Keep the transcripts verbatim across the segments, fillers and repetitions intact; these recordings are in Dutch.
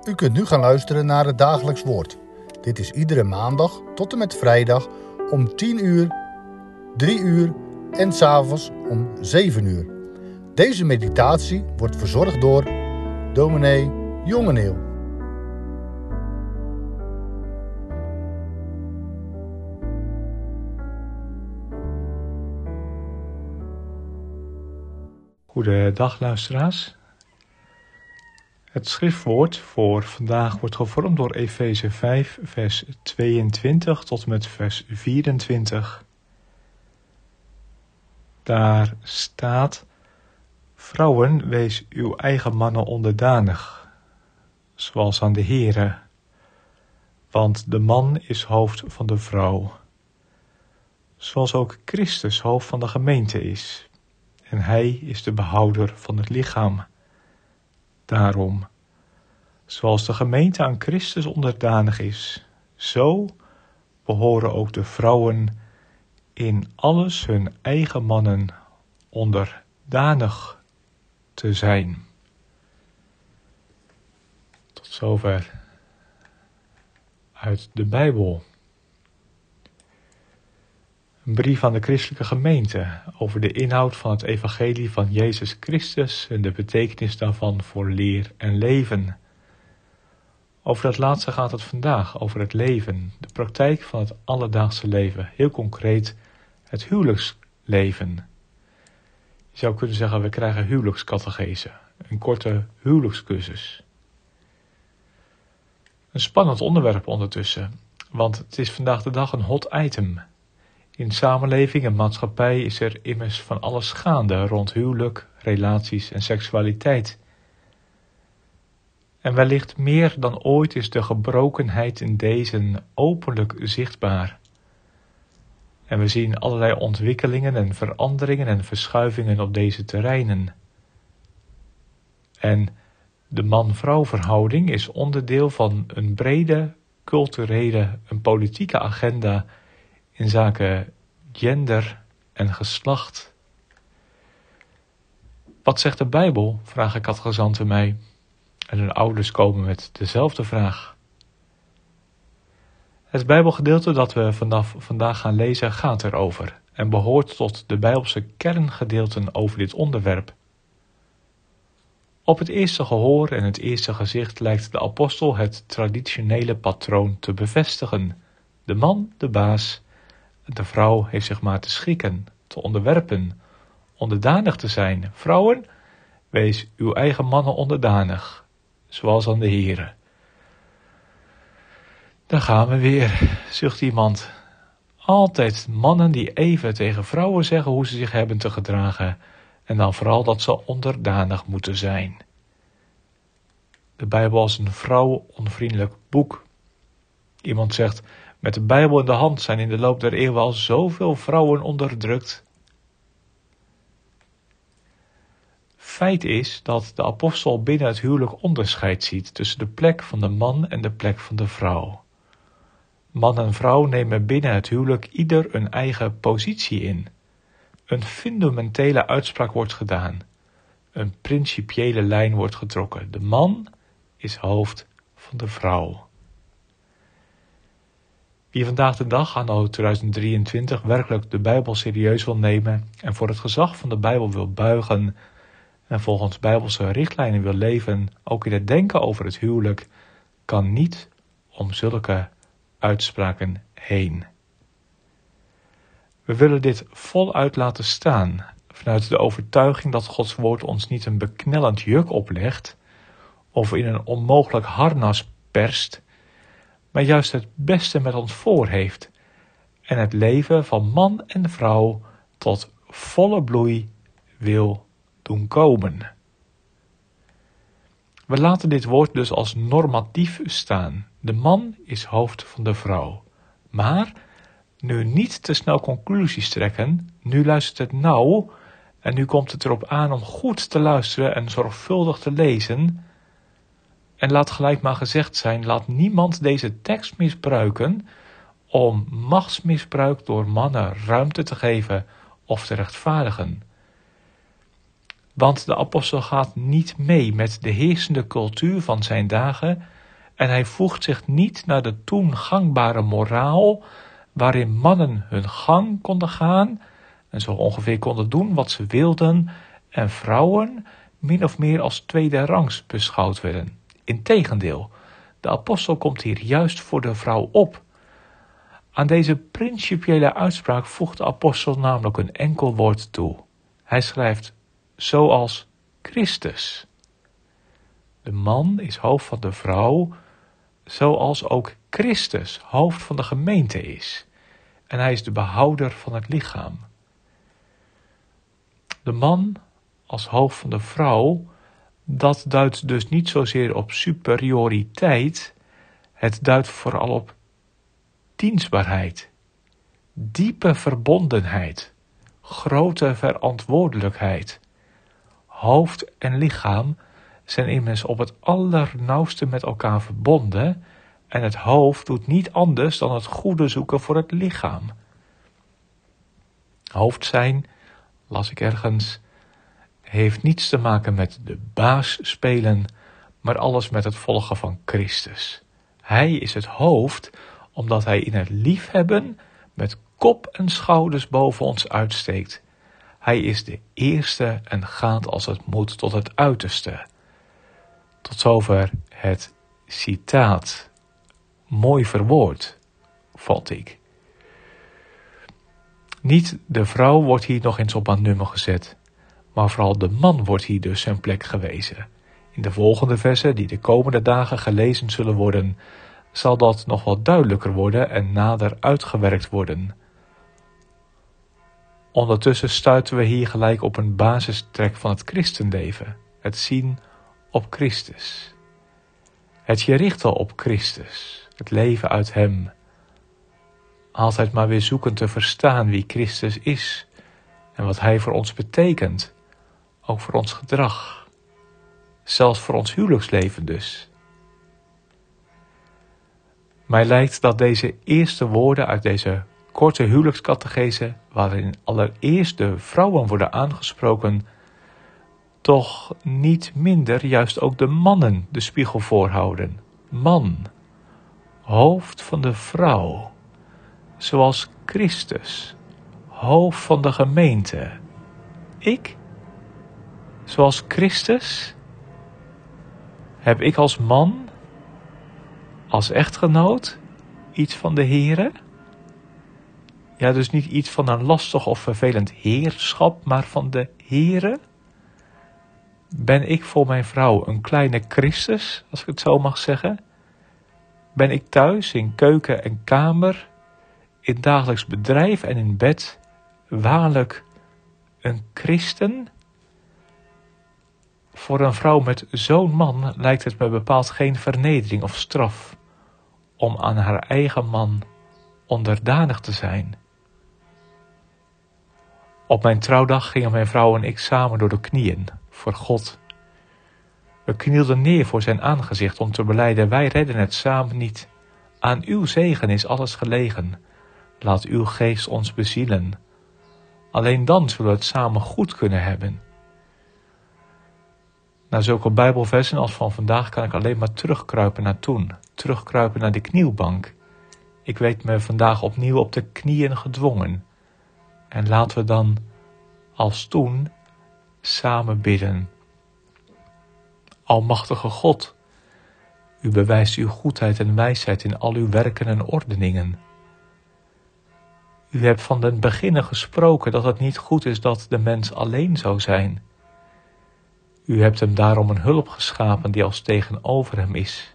U kunt nu gaan luisteren naar het dagelijks woord. Dit is iedere maandag tot en met vrijdag om tien uur, drie uur en 's avonds om zeven uur. Deze meditatie wordt verzorgd door dominee Jongeneel. Goedendag luisteraars. Het schriftwoord voor vandaag wordt gevormd door Efeze vijf, vers tweeëntwintig tot en met vers vierentwintig. Daar staat: Vrouwen, wees uw eigen mannen onderdanig, zoals aan de Here. Want de man is hoofd van de vrouw, zoals ook Christus hoofd van de gemeente is. En hij is de behouder van het lichaam. Daarom, zoals de gemeente aan Christus onderdanig is, zo behoren ook de vrouwen in alles hun eigen mannen onderdanig te zijn. Tot zover uit de Bijbel. Een brief aan de christelijke gemeente over de inhoud van het evangelie van Jezus Christus en de betekenis daarvan voor leer en leven. Over dat laatste gaat het vandaag, over het leven, de praktijk van het alledaagse leven, heel concreet het huwelijksleven. Je zou kunnen zeggen, we krijgen huwelijkscatechese, een korte huwelijkscursus. Een spannend onderwerp ondertussen, want het is vandaag de dag een hot item. In samenleving en maatschappij is er immers van alles gaande rond huwelijk, relaties en seksualiteit. En wellicht meer dan ooit is de gebrokenheid in deze openlijk zichtbaar. En we zien allerlei ontwikkelingen en veranderingen en verschuivingen op deze terreinen. En de man-vrouw verhouding is onderdeel van een brede, culturele en politieke agenda in zaken gender en geslacht. Wat zegt de Bijbel? Vragen catechizanten mij. En hun ouders komen met dezelfde vraag. Het Bijbelgedeelte dat we vanaf vandaag gaan lezen gaat erover en behoort tot de Bijbelse kerngedeelten over dit onderwerp. Op het eerste gehoor en het eerste gezicht lijkt de apostel het traditionele patroon te bevestigen. De man, de baas. De vrouw heeft zich maar te schikken, te onderwerpen, onderdanig te zijn. Vrouwen, wees uw eigen mannen onderdanig, zoals aan de Here. Daar gaan we weer, zucht iemand. Altijd mannen die even tegen vrouwen zeggen hoe ze zich hebben te gedragen, en dan vooral dat ze onderdanig moeten zijn. De Bijbel als een vrouwonvriendelijk boek. Iemand zegt: met de Bijbel in de hand zijn in de loop der eeuwen al zoveel vrouwen onderdrukt. Feit is dat de apostel binnen het huwelijk onderscheid ziet tussen de plek van de man en de plek van de vrouw. Man en vrouw nemen binnen het huwelijk ieder een eigen positie in. Een fundamentele uitspraak wordt gedaan. Een principiële lijn wordt getrokken. De man is hoofd van de vrouw. Wie vandaag de dag, anno tweeduizend drieëntwintig, werkelijk de Bijbel serieus wil nemen en voor het gezag van de Bijbel wil buigen en volgens Bijbelse richtlijnen wil leven, ook in het denken over het huwelijk, kan niet om zulke uitspraken heen. We willen dit voluit laten staan, vanuit de overtuiging dat Gods woord ons niet een beknellend juk oplegt of in een onmogelijk harnas perst, maar juist het beste met ons voor heeft en het leven van man en vrouw tot volle bloei wil doen komen. We laten dit woord dus als normatief staan. De man is hoofd van de vrouw. Maar nu niet te snel conclusies trekken, nu luistert het nauw en nu komt het erop aan om goed te luisteren en zorgvuldig te lezen. En laat gelijk maar gezegd zijn, laat niemand deze tekst misbruiken om machtsmisbruik door mannen ruimte te geven of te rechtvaardigen. Want de apostel gaat niet mee met de heersende cultuur van zijn dagen en hij voegt zich niet naar de toen gangbare moraal waarin mannen hun gang konden gaan en zo ongeveer konden doen wat ze wilden en vrouwen min of meer als tweede rangs beschouwd werden. Integendeel, de apostel komt hier juist voor de vrouw op. Aan deze principiële uitspraak voegt de apostel namelijk een enkel woord toe. Hij schrijft, zoals Christus. De man is hoofd van de vrouw, zoals ook Christus hoofd van de gemeente is. En hij is de behouder van het lichaam. De man als hoofd van de vrouw, dat duidt dus niet zozeer op superioriteit, het duidt vooral op dienstbaarheid, diepe verbondenheid, grote verantwoordelijkheid. Hoofd en lichaam zijn immers op het allernauwste met elkaar verbonden en het hoofd doet niet anders dan het goede zoeken voor het lichaam. Hoofd zijn, las ik ergens, heeft niets te maken met de baas spelen, maar alles met het volgen van Christus. Hij is het hoofd, omdat hij in het liefhebben met kop en schouders boven ons uitsteekt. Hij is de eerste en gaat als het moet tot het uiterste. Tot zover het citaat. Mooi verwoord, vond ik. Niet de vrouw wordt hier nog eens op een nummer gezet, maar vooral de man wordt hier dus zijn plek gewezen. In de volgende versen, die de komende dagen gelezen zullen worden, zal dat nog wat duidelijker worden en nader uitgewerkt worden. Ondertussen stuiten we hier gelijk op een basistrek van het christenleven, het zien op Christus. Het je richten op Christus, het leven uit hem. Altijd maar weer zoeken te verstaan wie Christus is en wat hij voor ons betekent, ook voor ons gedrag, zelfs voor ons huwelijksleven dus. Mij lijkt dat deze eerste woorden uit deze korte huwelijkskatechese, waarin allereerst de vrouwen worden aangesproken, toch niet minder juist ook de mannen de spiegel voorhouden. Man, hoofd van de vrouw, zoals Christus, hoofd van de gemeente. Ik, zoals Christus, heb ik als man, als echtgenoot, iets van de Here? Ja, dus niet iets van een lastig of vervelend heerschap, maar van de Here? Ben ik voor mijn vrouw een kleine Christus, als ik het zo mag zeggen? Ben ik thuis, in keuken en kamer, in dagelijks bedrijf en in bed, waarlijk een christen? Voor een vrouw met zo'n man lijkt het me bepaald geen vernedering of straf om aan haar eigen man onderdanig te zijn. Op mijn trouwdag gingen mijn vrouw en ik samen door de knieën voor God. We knielden neer voor zijn aangezicht om te belijden: wij redden het samen niet. Aan uw zegen is alles gelegen. Laat uw geest ons bezielen. Alleen dan zullen we het samen goed kunnen hebben. Na zulke Bijbelversen als van vandaag kan ik alleen maar terugkruipen naar toen. Terugkruipen naar de knielbank. Ik weet me vandaag opnieuw op de knieën gedwongen. En laten we dan, als toen, samen bidden. Almachtige God, u bewijst uw goedheid en wijsheid in al uw werken en ordeningen. U hebt van den beginnen gesproken dat het niet goed is dat de mens alleen zou zijn. U hebt hem daarom een hulp geschapen die als tegenover hem is.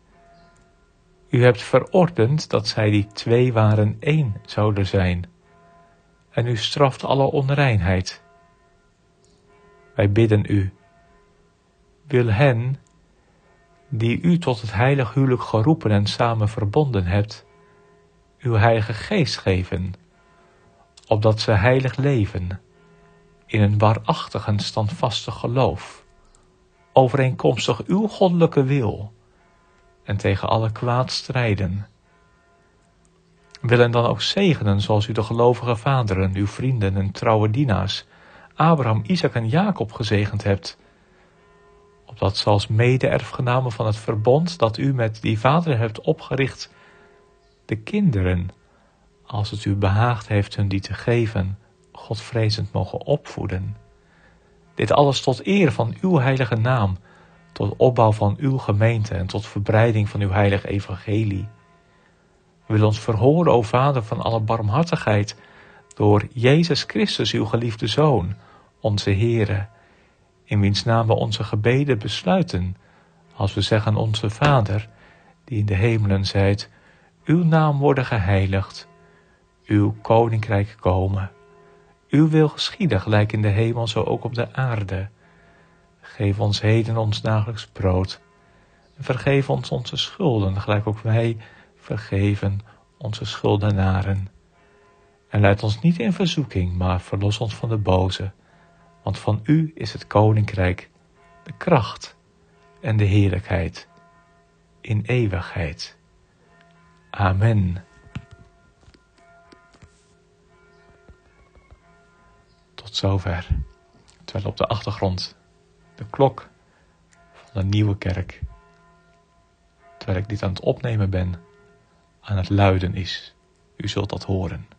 U hebt verordend dat zij die twee waren één zouden zijn. En u straft alle onreinheid. Wij bidden u, wil hen, die u tot het heilig huwelijk geroepen en samen verbonden hebt, uw heilige geest geven, opdat ze heilig leven, in een waarachtig en standvastig geloof, overeenkomstig uw goddelijke wil, en tegen alle kwaad strijden. Wil hen dan ook zegenen, zoals u de gelovige vaderen, uw vrienden en trouwe dienaars, Abraham, Isaac en Jacob gezegend hebt, opdat ze als mede-erfgenamen van het verbond dat u met die vader hebt opgericht, de kinderen, als het u behaagd heeft hun die te geven, Godvrezend mogen opvoeden. Dit alles tot eer van uw heilige naam, tot opbouw van uw gemeente en tot verbreiding van uw heilige evangelie. Wil ons verhoren, o Vader van alle barmhartigheid, door Jezus Christus, uw geliefde Zoon, onze Heere, in wiens naam we onze gebeden besluiten, als we zeggen: onze Vader, die in de hemelen zijt, uw naam worden geheiligd, uw koninkrijk komen, uw wil geschieden, gelijk in de hemel, zo ook op de aarde. Geef ons heden ons dagelijks brood, en vergeef ons onze schulden, gelijk ook wij vergeven onze schuldenaren. En leid ons niet in verzoeking, maar verlos ons van de boze. Want van u is het koninkrijk, de kracht en de heerlijkheid in eeuwigheid. Amen. Tot zover. Terwijl op de achtergrond de klok van de nieuwe kerk, terwijl ik dit aan het opnemen ben, aan het luiden is. U zult dat horen.